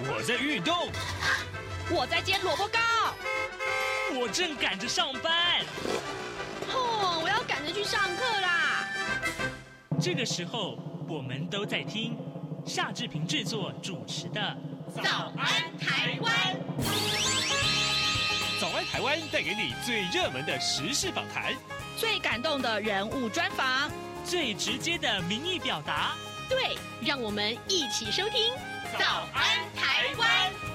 我在运动， 我在煎萝卜糕， 我正赶着上班。 我要赶着去上课啦。 这个时候，我们都在听夏志平制作主持的《 早安台湾》。 早安台湾带给你最热门的时事访谈， 最感动的人物专访， 最直接的民意表达。 对，让我们一起收听《早安台湾》。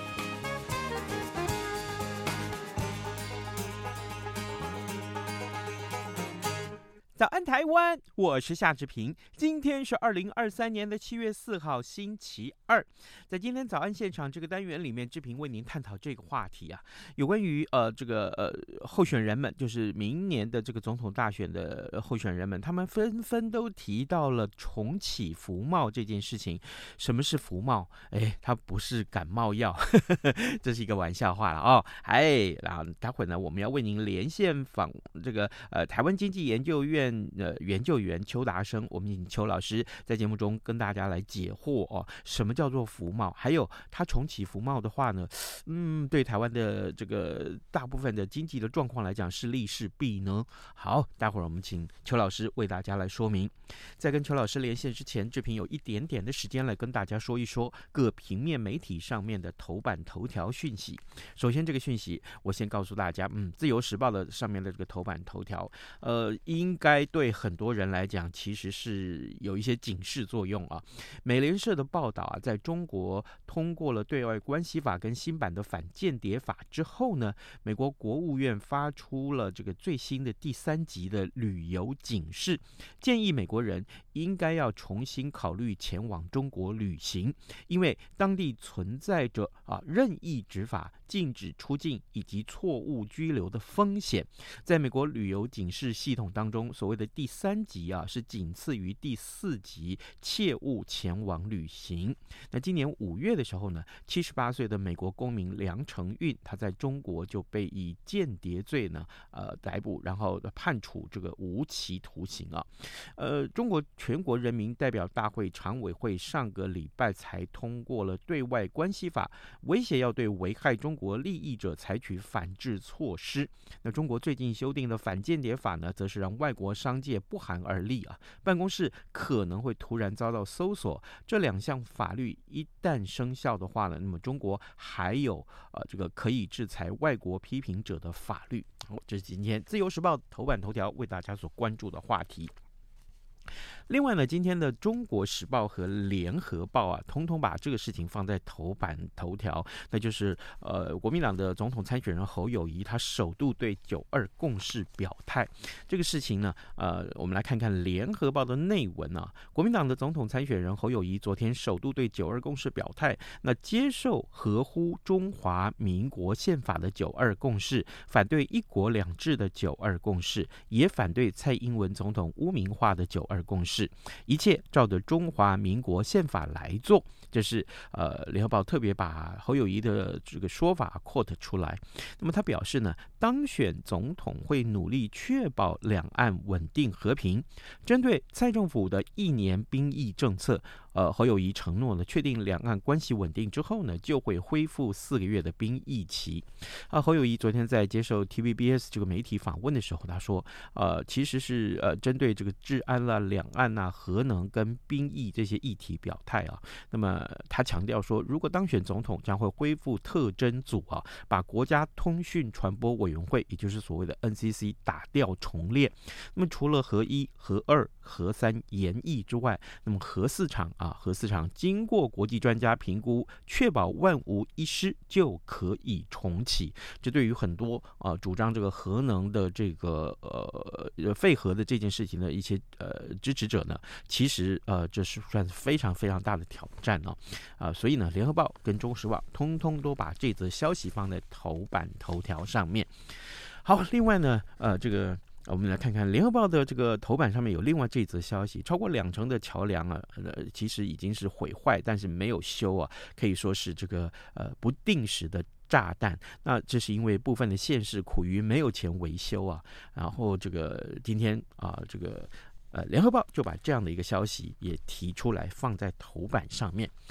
早安台湾，我是夏志平。今天是2023年7月4号，星期二。在今天早安现场这个单元里面，志平为您探讨这个话题啊，有关于候选人们，就是明年的这个总统大选的候选人们，他们纷纷都提到了重启服贸这件事情。什么是服贸？它不是感冒药，这是一个玩笑话了哦。然后待会儿呢，我们要为您连线访这个台湾经济研究院研究员邱达生，我们请邱老师在节目中跟大家来解惑哦，什么叫做服贸？还有他重启服贸的话呢，对台湾的这个大部分的经济的状况来讲是利是弊呢？好，待会儿我们请邱老师为大家来说明。在跟邱老师连线之前，志平有一点点的时间来跟大家说一说各平面媒体上面的头版头条讯息。首先这个讯息我先告诉大家，自由时报的上面的这个头版头条，应该对很多人来讲其实是有一些警示作用啊。美联社的报道啊，在中国通过了对外关系法跟新版的反间谍法之后呢，美国国务院发出了这个最新的第3级的旅游警示，建议美国人应该要重新考虑前往中国旅行，因为当地存在着任意执法、禁止出境以及错误居留的风险。在美国旅游警示系统当中，所谓的第3级是仅次于第4级，切勿前往旅行。那今年5月的时候呢，78岁的美国公民梁成运，他在中国就被以间谍罪呢逮捕，然后判处这个无期徒刑啊。中国全国人民代表大会常委会上个礼拜才通过了对外关系法，威胁要对危害中国利益者采取反制措施。那中国最近修订的反间谍法呢，则是让外国商界不寒而栗啊，办公室可能会突然遭到搜索。这2项法律一旦生效的话呢，那么中国还有这个可以制裁外国批评者的法律。这是今天自由时报头版头条为大家所关注的话题。另外呢，今天的中国时报和联合报通通把这个事情放在头版头条，那就是国民党的总统参选人侯友宜，他首度对9·2共识表态。这个事情呢，我们来看看联合报的内文啊。国民党的总统参选人侯友宜昨天首度对9·2共识表态，那接受合乎中华民国宪法的9·2共识，反对一国两制的9·2共识，也反对蔡英文总统污名化的9·2共识。一切照着中华民国宪法来做，这是联合报特别把侯友宜的这个说法 quote 出来。那么他表示呢，当选总统会努力确保两岸稳定和平。针对蔡政府的1年兵役政策，侯友宜承诺了，确定两岸关系稳定之后呢，就会恢复4个月的兵役期。侯友宜昨天在接受 TVBS 这个媒体访问的时候，他说，其实是针对这个治安啦、两岸啊、核能跟兵役这些议题表态啊。那么他强调说，如果当选总统，将会恢复特侦组把国家通讯传播委员会，也就是所谓的 NCC 打掉重练。那么除了核1、核2、核3延役之外，那么核4场经过国际专家评估，确保万无一失，就可以重启。这对于很多主张这个核能的这个废核的这件事情的一些支持者呢，其实这是算是非常非常大的挑战所以呢，联合报跟中时报通通都把这则消息放在头版头条上面。好，另外呢，我们来看看联合报的这个头版上面有另外这则消息，超过20%的桥梁其实已经是毁坏，但是没有修可以说是这个不定时的炸弹。那这是因为部分的县市苦于没有钱维修然后这个今天联合报就把这样的一个消息也提出来放在头版上面。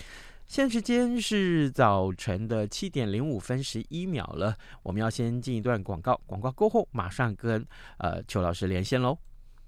现在时间是早晨的7:05:11了，我们要先进一段广告，广告过后马上跟邱老师连线喽。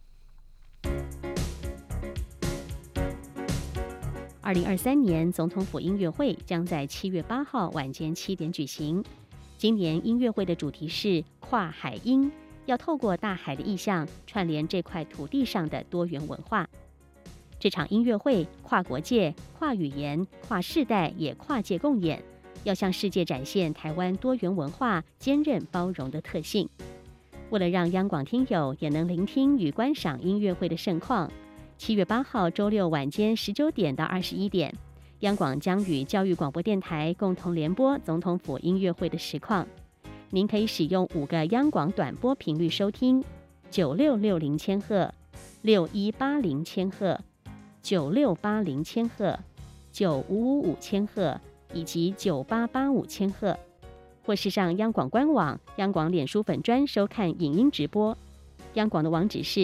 2023年总统府音乐会将在7月8号晚间7点举行。今年音乐会的主题是跨海音，要透过大海的意象串联这块土地上的多元文化。这场音乐会跨国界、跨语言、跨世代，也跨界共演，要向世界展现台湾多元文化坚韧包容的特性。为了让央广听友也能聆听与观赏音乐会的盛况，7月8号周六晚间19点到21点，央广将与教育广播电台共同联播总统府音乐会的实况。您可以使用5个央广短波频率收听：9660千赫、6180千赫、9680千赫、9555千赫以及9885千赫，或是上央广官网、央广脸书粉专收看影音直播。央广的网址是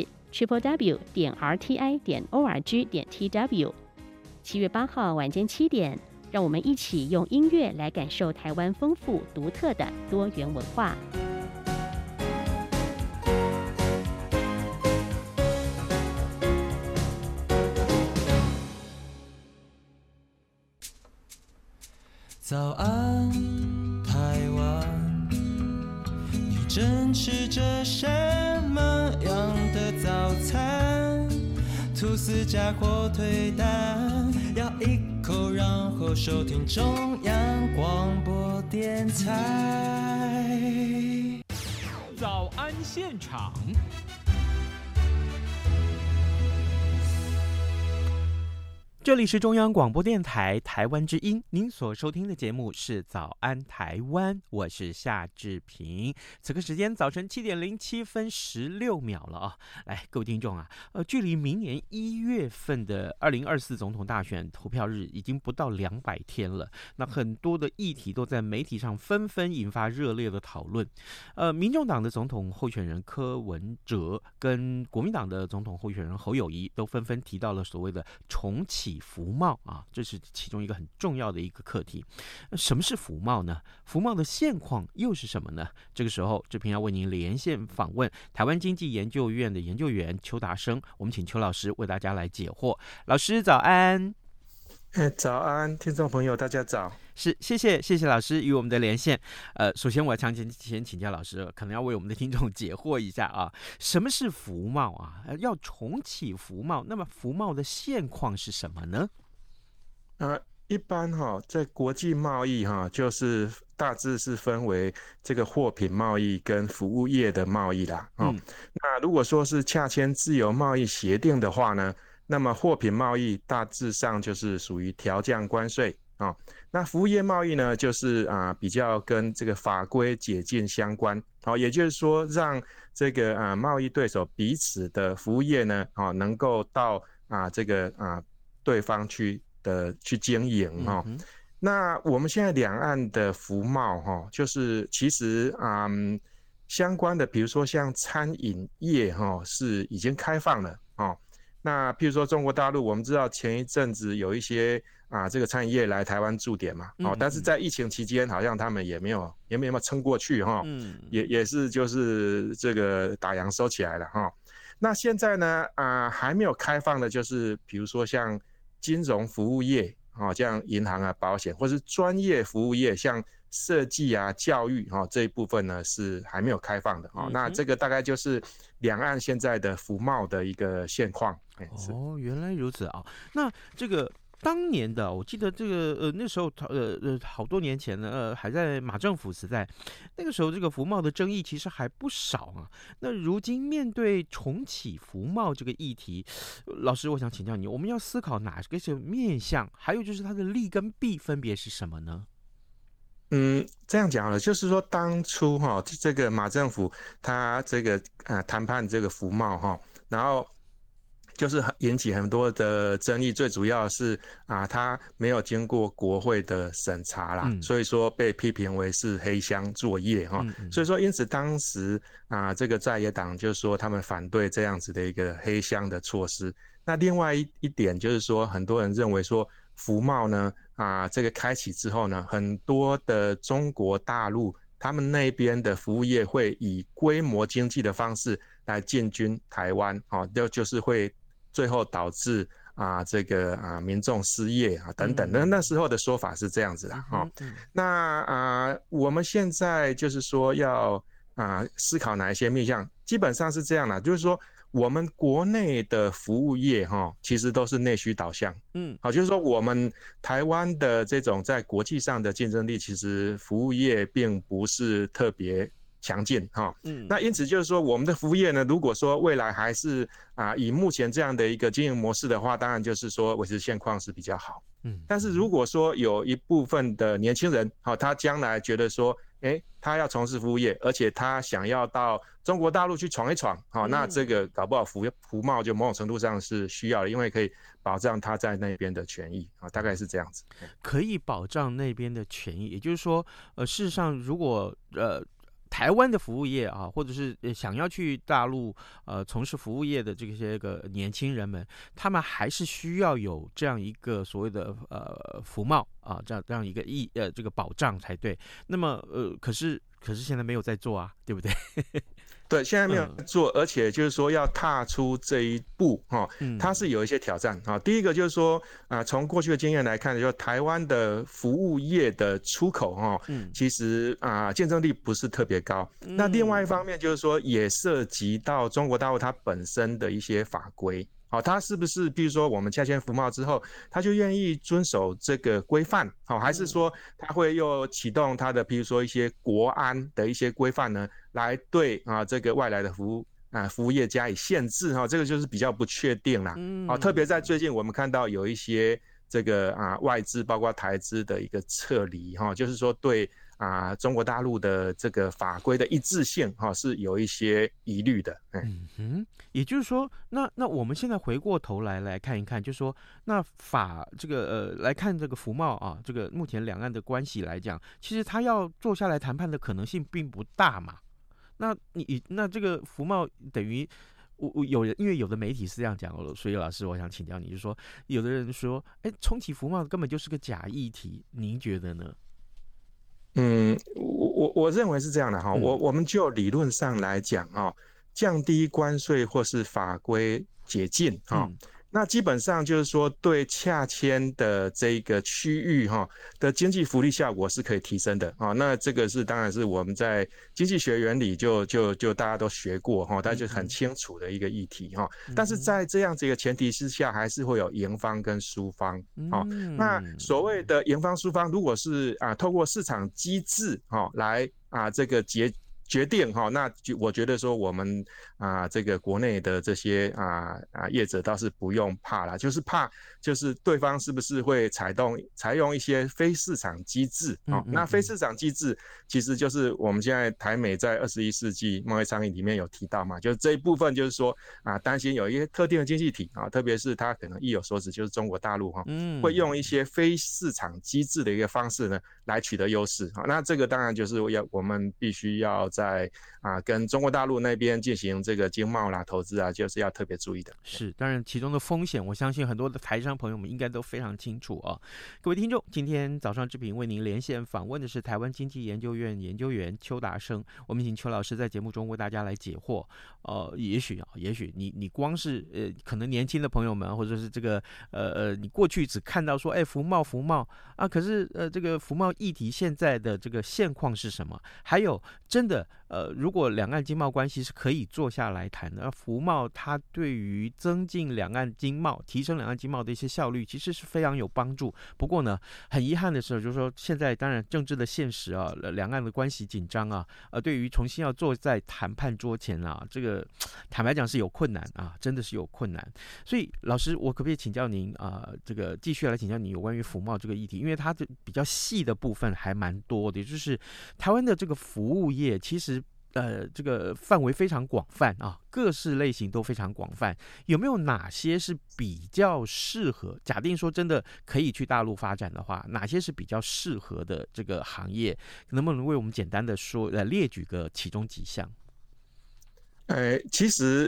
www.rti.org.tw。7月8号晚间7点，让我们一起用音乐来感受台湾丰富独特的多元文化。 早安，台湾，你正吃着什么样的早餐？吐司加火腿蛋，咬一口，然后收听中央广播电台。 早安现场。 这里是中央广播电台台湾之音，您所收听的节目是早安台湾，我是夏志平。此刻时间早晨7:07:16了啊！来，各位听众啊，距离明年1月份的2024总统大选投票日已经不到200天了。那很多的议题都在媒体上纷纷引发热烈的讨论。民众党的总统候选人柯文哲跟国民党的总统候选人侯友宜都纷纷提到了所谓的重启服贸啊，这是其中一个很重要的一个课题。什么是服贸呢？服贸的现况又是什么呢？这个时候，志平要为您连线访问台湾经济研究院的研究员邱达生，我们请邱老师为大家来解惑。老师早安。 早安，听众朋友，大家早。 是，谢谢老师与我们的连线。首先我要先请教老师，可能要为我们的听众解惑一下啊，什么是服贸啊？要重启服贸，那么服贸的现况是什么呢？ 一般在国际贸易就是大致是分为这个货品贸易跟服务业的贸易啦。那如果说是洽签自由贸易协定的话呢，那么货品贸易大致上就是属于调降关税那服务业贸易呢，就是比较跟这个法规解禁相关也就是说让这个贸易对手彼此的服务业呢能够到这个对方去经营那我们现在两岸的服贸就是其实相关的，比如说像餐饮业是已经开放了那譬如说中国大陆，我们知道前一阵子有一些这个餐饮业来台湾驻点嘛但是在疫情期间好像他们也没有撑过去也是就是这个打烊收起来了那现在呢还没有开放的就是比如说像金融服务业像银行保险，或是专业服务业像设计教育这一部分呢是还没有开放的那这个大概就是两岸现在的服贸的一个现况。 原来如此啊！那这个当年的，我记得这个那时候好多年前呢，还在马政府时代，那个时候这个服贸的争议其实还不少啊。那如今面对重启服贸这个议题，老师，我想请教你，我们要思考哪个是面向，还有就是它的利跟弊分别是什么呢？ 这样讲了，就是说当初这个马政府他这个谈判这个服贸然后就是引起很多的争议，最主要是他没有经过国会的审查啦，所以说被批评为是黑箱作业所以说因此当时这个在野党就是说他们反对这样子的一个黑箱的措施。那另外一点就是说，很多人认为说服贸呢这个开启之后呢，很多的中国大陆他们那边的服务业会以规模经济的方式来进军台湾，就是会最后导致这个民众失业等等的，那时候的说法是这样子的那我们现在就是说要思考哪一些面向，基本上是这样啦，就是说我们国内的服务业其实都是内需导向，就是说我们台湾的这种在国际上的竞争力，其实服务业并不是特别强劲那因此就是说我们的服务业呢，如果说未来还是以目前这样的一个经营模式的话，当然就是说维持现况是比较好。但是如果说有一部分的年轻人他将来觉得说他要从事服务业，而且他想要到中国大陆去闯一闯那这个搞不好服贸就某种程度上是需要的，因为可以保障他在那边的权益大概是这样子。 可以保障那边的权益，也就是说事实上如果台湾的服务业或者是想要去大陆从事服务业的这些个年轻人们，他们还是需要有这样一个所谓的服贸这样一个这个保障才对。那么可是现在没有在做对不对？ 对，现在没有做，而且就是说要踏出这一步它是有一些挑战第一个就是说从过去的经验来看，就台湾的服务业的出口其实竞争力不是特别高。那另外一方面就是说，也涉及到中国大陆它本身的一些法规。他是不是比如说我们洽签服贸之后，他就愿意遵守这个规范还是说他会又启动他的比如说一些国安的一些规范呢，来对这个外来的服务业加以限制这个就是比较不确定啦。特别在最近我们看到有一些这个外资包括台资的一个撤离就是说对中国大陆的这个法规的一致性是有一些疑虑的。 也就是说那我们现在回过头来看一看，就是说那这个来看这个服贸这个目前两岸的关系来讲，其实他要坐下来谈判的可能性并不大嘛。那这个服贸等于因为有的媒体是这样讲所以老师我想请教你，就是说有的人说重启服贸根本就是个假议题，您觉得呢？ 我认为是这样的我们就理论上来讲降低关税或是法规解禁那基本上就是说对洽签的这个区域的经济福利效果是可以提升的那这个是当然是我们在经济学原理就大家都学过大家就很清楚的一个议题但是在这样子一个前提之下，还是会有赢方跟输方那所谓的赢方输方，如果是透过市场机制来这个决定那我觉得说我们这个国内的这些业者倒是不用怕啦，就是怕就是对方是不是会采用一些非市场机制那非市场机制其实就是我们现在台美在21世纪贸易倡议里面有提到嘛，就是这一部分就是说担心有一些特定的经济体特别是它可能意有所指就是中国大陆会用一些非市场机制的一个方式呢来取得优势那这个当然就是我们必须要在跟中国大陆那边进行这个经贸啦投资就是要特别注意的。 是，当然其中的风险我相信很多的台商朋友们应该都非常清楚各位听众，今天早上志平为您连线访问的是台湾经济研究院研究员邱达生，我们请邱老师在节目中为大家来解惑也许你光是可能年轻的朋友们或者是这个你过去只看到说服贸可是这个服贸议题现在的这个现况是什么，还有真的如果两岸经贸关系是可以坐下来谈的，服贸它对于增进两岸经贸提升两岸经贸的一些效率其实是非常有帮助。不过呢很遗憾的是就是说现在当然政治的现实两岸的关系紧张对于重新要坐在谈判桌前这个坦白讲是有困难真的是有困难。所以老师我可不可以请教您这个继续来请教你有关于服贸这个议题，因为它的比较细的部分还蛮多的，也就是台湾的这个服务业其实这个范围非常广泛各式类型都非常广泛，有没有哪些是比较适合假定说真的可以去大陆发展的话，哪些是比较适合的这个行业，能不能为我们简单的说列举个其中几项？ 其实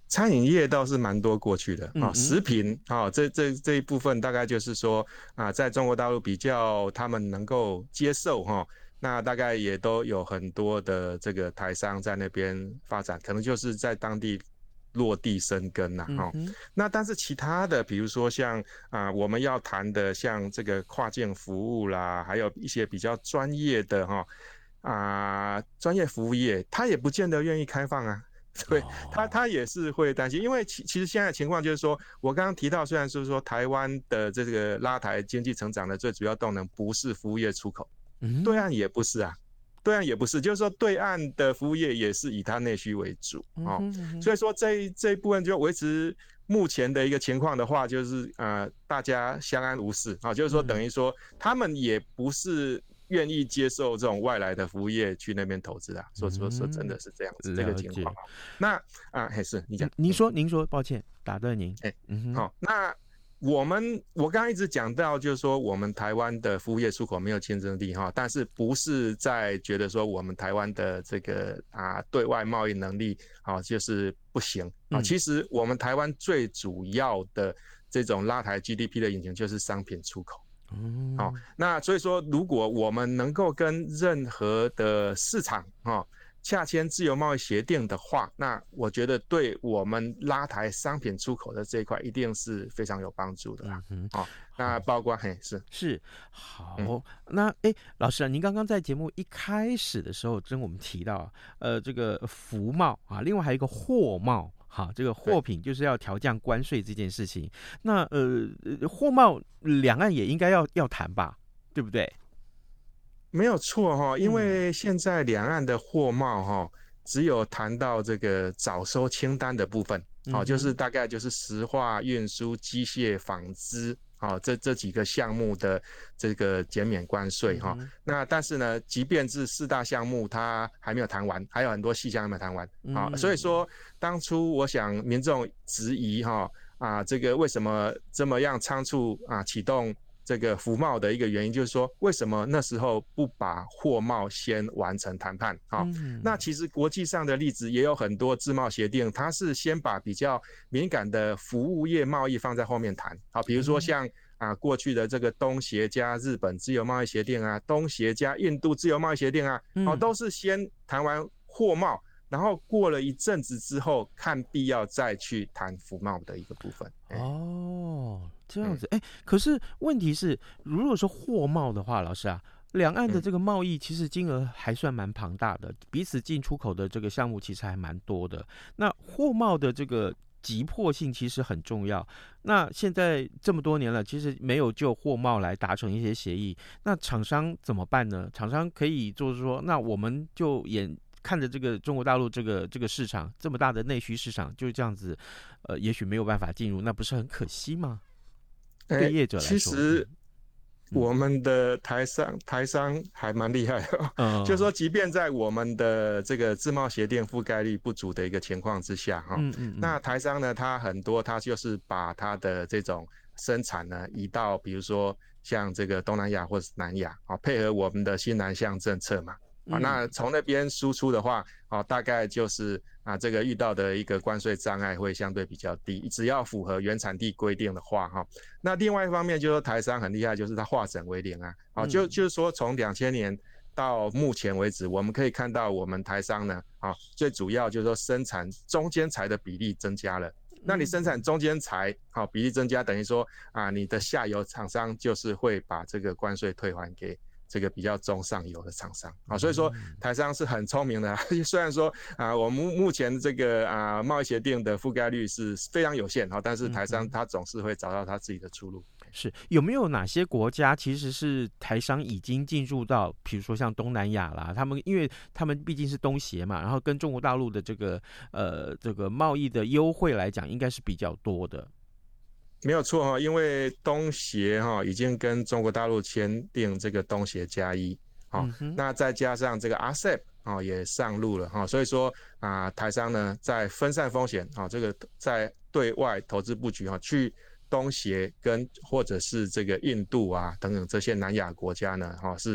餐饮业倒是蛮多过去的食品这一部分大概就是说在中国大陆比较他们能够接受那大概也都有很多的这个台商在那边发展，可能就是在当地落地生根那但是其他的比如说像我们要谈的像这个跨境服务啦，还有一些比较专业的专业服务业，他也不见得愿意开放对，他也是会担心，因为其实现在的情况就是说，我刚刚提到，虽然是说台湾的这个拉抬经济成长的最主要动能不是服务业出口，对岸也不是对岸也不是，就是说对岸的服务业也是以它内需为主所以说这一部分就维持目前的一个情况的话，就是大家相安无事就是说等于说他们也不是愿意接受这种外来的服务业去那边投资说真的是这样子这个情况。那还是你讲， 您说，抱歉打断您。 好，那我刚刚一直讲到，就是说我们台湾的服务业出口没有竞争力但是不是在觉得说我们台湾的这个对外贸易能力就是不行其实我们台湾最主要的这种拉抬 GDP 的引擎就是商品出口。那所以说如果我们能够跟任何的市场洽签自由贸易协定的话，那我觉得对我们拉抬商品出口的这一块一定是非常有帮助的那包括是好那老师您刚刚在节目一开始的时候跟我们提到这个服贸另外还有一个货贸这个货品就是要调降关税这件事情，那货贸两岸也应该要谈吧，对不对？ 没有错因为现在两岸的货贸只有谈到这个早收清单的部分就是大概就是石化、运输、机械、纺织这几个项目的这个减免关税那但是呢，即便是4大项目它还没有谈完，还有很多细项还没有谈完所以说当初我想民众质疑这个为什么这么样仓促启动这个服贸的一个原因，就是说为什么那时候不把货贸先完成谈判那其实国际上的例子也有很多自贸协定，它是先把比较敏感的服务业贸易放在后面谈比如说像过去的这个东协加日本自由贸易协定东协加印度自由贸易协定都是先谈完货贸，然后过了一阵子之后看必要再去谈服贸的一个部分这样子可是问题是如果说货贸的话，老师两岸的这个贸易其实金额还算蛮庞大的，彼此进出口的这个项目其实还蛮多的，那货贸的这个急迫性其实很重要，那现在这么多年了，其实没有就货贸来达成一些协议，那厂商怎么办呢？厂商可以就是说，那我们就看着这个中国大陆这个市场这么大的内需市场就这样子也许没有办法进入，那不是很可惜吗？对业者来说其实我们的台商还蛮厉害的就是说即便在我们的这个自贸协定覆盖率不足的一个情况之下那台商呢，他很多他就是把他的这种生产呢移到比如说像这个东南亚或是南亚配合我们的新南向政策嘛那从那边输出的话大概就是这个遇到的一个关税障碍会相对比较低，只要符合原产地规定的话那另外一方面就是说台商很厉害，就是他化整为零就是说从2000年到目前为止，我们可以看到我们台商呢最主要就是说生产中间材的比例增加了，那你生产中间材比例增加，等于说你的下游厂商就是会把这个关税退还给这个比较中上游的厂商所以说台商是很聪明的虽然说我们目前这个贸易协定的覆盖率是非常有限但是台商他总是会找到他自己的出路。 是有没有哪些国家其实是台商已经进入到，比如说像东南亚啦，因为他们毕竟是东协嘛，然后跟中国大陆的这个贸易的优惠来讲，应该是比较多的。 没有错因为东协已经跟中国大陆签订这个东协+1那再加上这个 RCEP也上路了所以说台商呢在分散风险这个在对外投资布局去东协跟或者是这个印度等等这些南亚国家呢是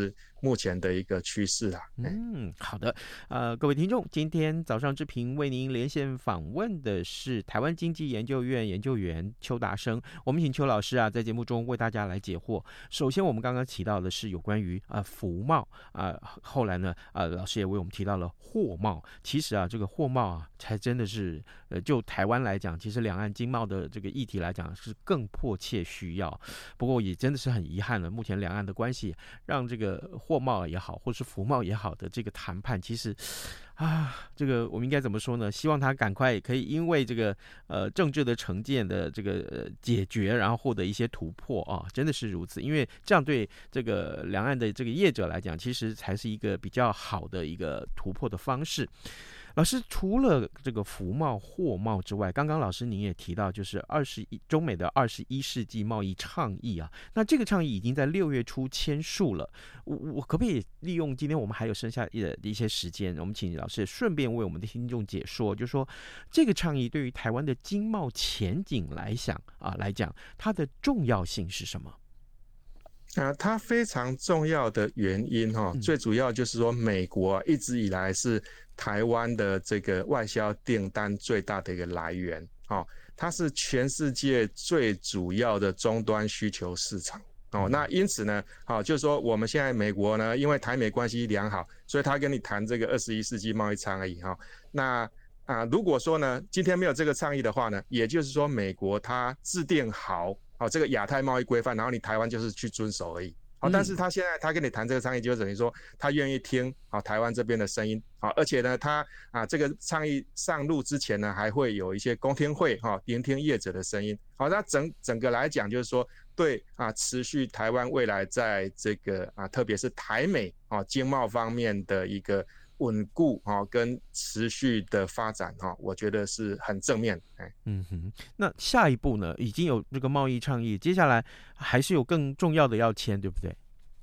目前的一个趋势啦。 好的，各位听众，今天早上之平为您连线访问的是台湾经济研究院研究员邱达生，我们请邱老师在节目中为大家来解惑。首先，我们刚刚提到的是有关于服贸后来呢老师也为我们提到了货贸。其实这个货贸才真的是就台湾来讲，其实两岸经贸的这个议题来讲是更迫切需要。不过也真的是很遗憾了，目前两岸的关系让这个货贸也好，或是服贸也好的这个谈判，其实这个我们应该怎么说呢？希望他赶快可以因为这个政治的成见的这个解决，然后获得一些突破真的是如此，因为这样对这个两岸的这个业者来讲，其实才是一个比较好的一个突破的方式。老师，除了这个服贸、货贸之外，刚刚老师您也提到，就是中美的21世纪贸易倡议那这个倡议已经在6月初签署了。我可不可以利用今天我们还有剩下的一些时间，我们请老师顺便为我们的听众解说，就是说这个倡议对于台湾的经贸前景来讲，它的重要性是什么？ 它非常重要的原因最主要就是说，美国一直以来是台湾的这个外销订单最大的一个来源它是全世界最主要的终端需求市场那因此呢就是说我们现在美国呢，因为台美关系良好，所以他跟你谈这个21世纪贸易倡议那如果说呢今天没有这个倡议的话呢，也就是说美国它制定好这个亚太贸易规范，然后你台湾就是去遵守而已但是他现在他跟你谈这个倡议，就等于说他愿意听台湾这边的声音而且呢他这个倡议上路之前呢，还会有一些公听会聆听业者的声音那整个来讲就是说对持续台湾未来在这个特别是台美经贸方面的一个稳固跟持续的发展我觉得是很正面。 那下一步呢，已经有这个贸易倡议，接下来还是有更重要的要签，对不对？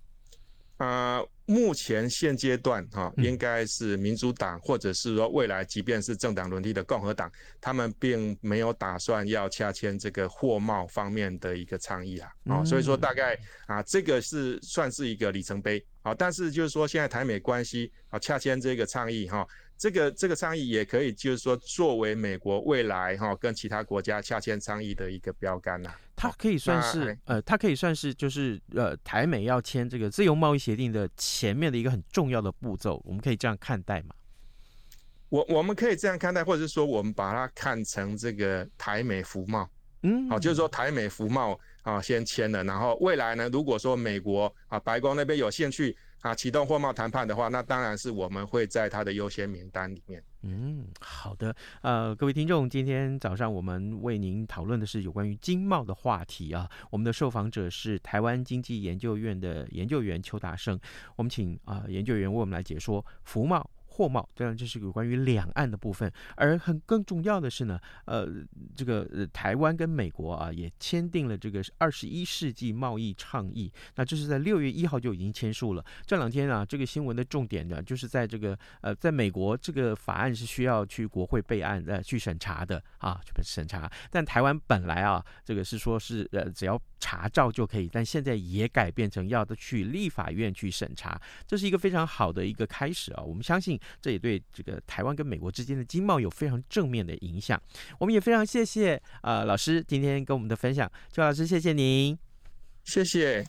目前现阶段应该是民主党或者是说未来即便是政党轮替的共和党，他们并没有打算要洽签这个货贸方面的一个倡议所以说大概这个是算是一个里程碑但是就是说现在台美关系洽签这个倡议这个倡议也可以就是说作为美国未来跟其他国家洽签倡议的一个标杆它可以算是就是台美要签这个自由贸易协定的前面的一个很重要的步骤，我们可以这样看待吗？ 我们可以这样看待，或者是说我们把它看成这个台美服贸就是说台美服贸先签了，然后未来呢，如果说美国白宫那边有兴趣启动货贸谈判的话，那当然是我们会在它的优先名单里面。 好的，各位听众，今天早上我们为您讨论的是有关于经贸的话题我们的受访者是台湾经济研究院的研究员邱达生，我们请研究员为我们来解说服贸、货贸，当然这是有关于两岸的部分，而更重要的是呢，这个台湾跟美国也签订了这个21世纪贸易倡议，那这是在6月1号就已经签署了。这两天这个新闻的重点呢，就是在这个在美国这个法案是需要去国会备案去审查的去审查，但台湾本来这个是说是只要查照就可以，但现在也改变成要去立法院去审查，这是一个非常好的一个开始我们相信这也对这个台湾跟美国之间的经贸有非常正面的影响。我们也非常谢谢老师今天跟我们的分享，邱老师谢谢您。 谢谢。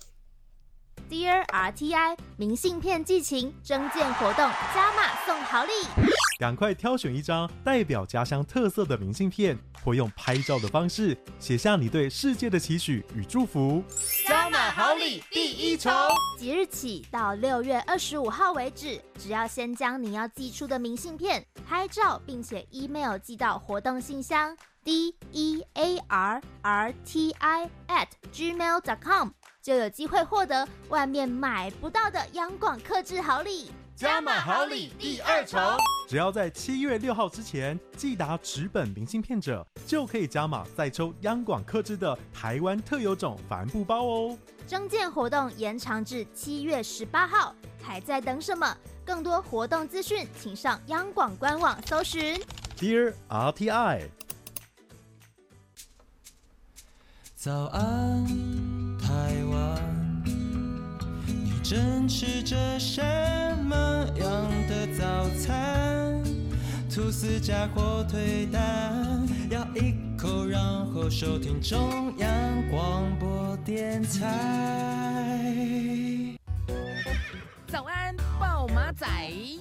Dear RTI 明信片寄情征件活动加码送好礼， 赶快挑选一张代表家乡特色的明信片，或用拍照的方式写下你对世界的期许与祝福。 加码好礼第一重， 即日起到6月25号为止，只要先将你要寄出的明信片拍照，并且 email 寄到活动信箱 dearrti@gmail.com， 就有机会获得外面买不到的央广客制好礼。 加码好礼第2重， 只要在7月6号之前寄达纸本明信片者，就可以加码再抽央广客制的台湾特有种帆布包哦。 征件活动延长至7月18号，还在等什么？更多活动资讯，请上央广官网搜寻 Dear RTI。 早安台湾，你正吃着什么样的早餐？吐司加火腿蛋，咬一口，然后收听中央广播电台。 早安，暴马仔。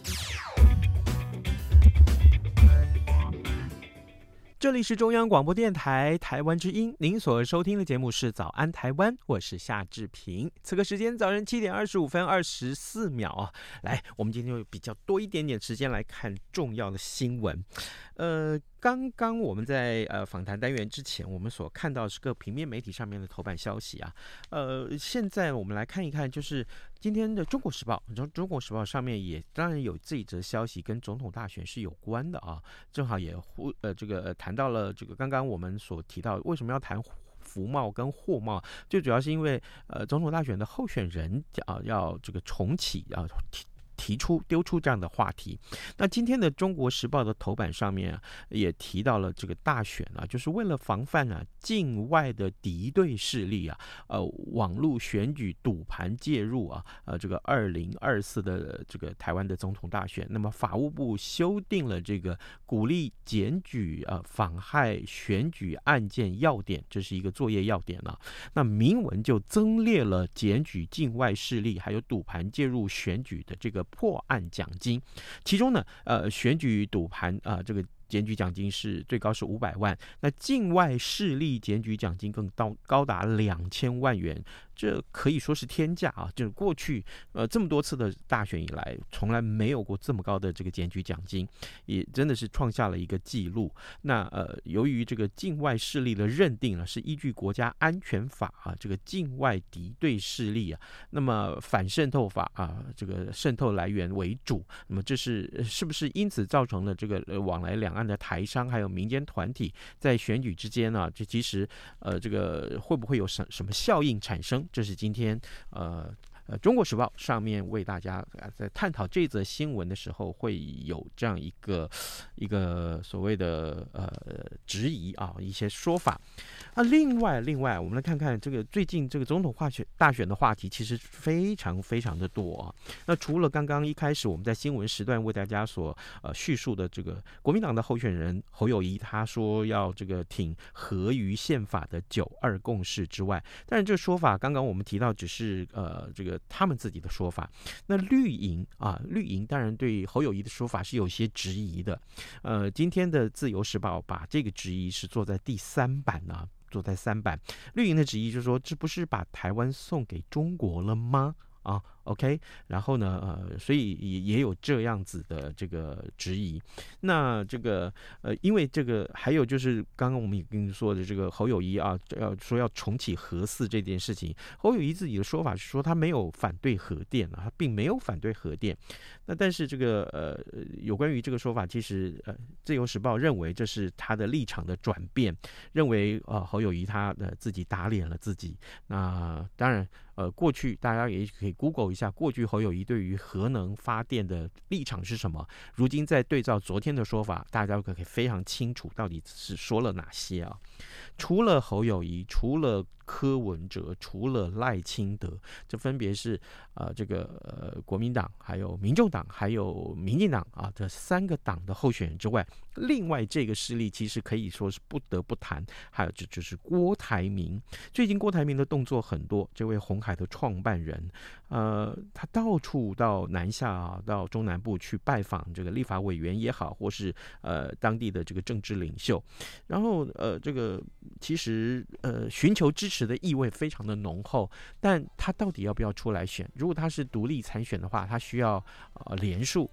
这里是中央广播电台台湾之音，您所收听的节目是早安台湾，我是夏志平。此刻时间早晨7点25分24秒啊，来，我们今天有比较多一点点时间来看重要的新闻。刚刚我们在访谈单元之前，我们所看到是各平面媒体上面的头版消息啊。现在我们来看一看，就是今天的《中国时报》，中国时报上面也当然有这一则消息跟总统大选是有关的啊，正好也这个谈到了这个刚刚我们所提到为什么要谈服贸跟货贸，最主要是因为总统大选的候选人要这个重启丢出这样的话题。那今天的《中国时报》的头版上面也提到了这个大选就是为了防范境外的敌对势力网络选举赌盘介入这个2024的这个台湾的总统大选。那么法务部修订了这个鼓励检举妨害选举案件要点，这是一个作业要点那明文就增列了检举境外势力还有赌盘介入选举的这个破案奖金，其中呢，选举赌盘这个检举奖金是最高是500万，那境外势力检举奖金更高达2000万元，这可以说是天价就是过去这么多次的大选以来，从来没有过这么高的这个检举奖金，也真的是创下了一个记录。那由于这个境外势力的认定是依据国家安全法这个境外敌对势力那么反渗透法这个渗透来源为主，那么这是不是因此造成了这个往来两岸的台商还有民间团体在选举之间这其实这个会不会有什么效应产生？这是今天中国时报上面为大家在探讨这则新闻的时候，会有这样一个所谓的质疑一些说法。另外我们来看看这个最近这个总统大选的话题其实非常非常的多那除了刚刚一开始我们在新闻时段为大家所叙述的这个国民党的候选人侯友宜，他说要这个挺合于宪法的9·2共识之外，但是这个说法刚刚我们提到只是这个他们自己的说法。那绿营当然对侯友宜的说法是有些质疑的。今天的自由时报把这个质疑是做在第3版绿营的质疑就是说，这不是把台湾送给中国了吗？OK， 然后呢，所以也有这样子的这个质疑。那这个因为这个还有就是刚刚我们也跟你说的这个侯友宜要重启核四这件事情，侯友宜自己的说法是说他没有反对核电他并没有反对核电。那但是这个有关于这个说法，其实自由时报认为这是他的立场的转变，认为侯友宜他自己打脸了自己。那当然过去大家也可以 Google 一下，过去侯友宜对于核能发电的立场是什么，如今在对照昨天的说法，大家可以非常清楚到底是说了哪些除了侯友宜，除了柯文哲，除了赖清德，这分别是这个国民党还有民众党还有民进党这3个党的候选人之外，另外这个势力其实可以说是不得不谈，还有就是郭台铭。最近郭台铭的动作很多，这位鸿海的创办人他到处到南下到中南部去拜访这个立法委员也好，或是当地的这个政治领袖，然后这个其实寻求支持的意味非常的浓厚，但他到底要不要出来选？如果他是独立参选的话，他需要连署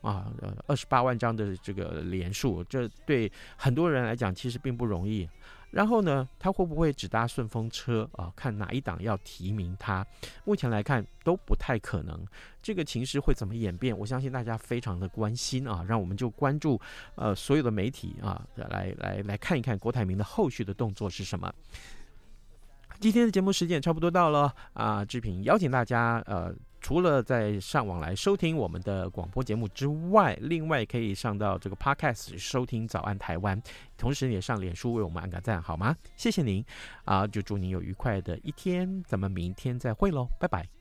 28万张的这个连署，这对很多人来讲其实并不容易。然后呢，他会不会只搭顺风车看哪一党要提名他？目前来看都不太可能。这个情势会怎么演变？我相信大家非常的关心让我们就关注所有的媒体来看一看郭台铭的后续的动作是什么。今天的节目时间也差不多到了志平邀请大家除了在上网来收听我们的广播节目之外，另外可以上到这个 Podcast 收听早安台湾，同时也上脸书为我们按个赞好吗？谢谢您就祝您有愉快的一天，咱们明天再会咯，拜拜。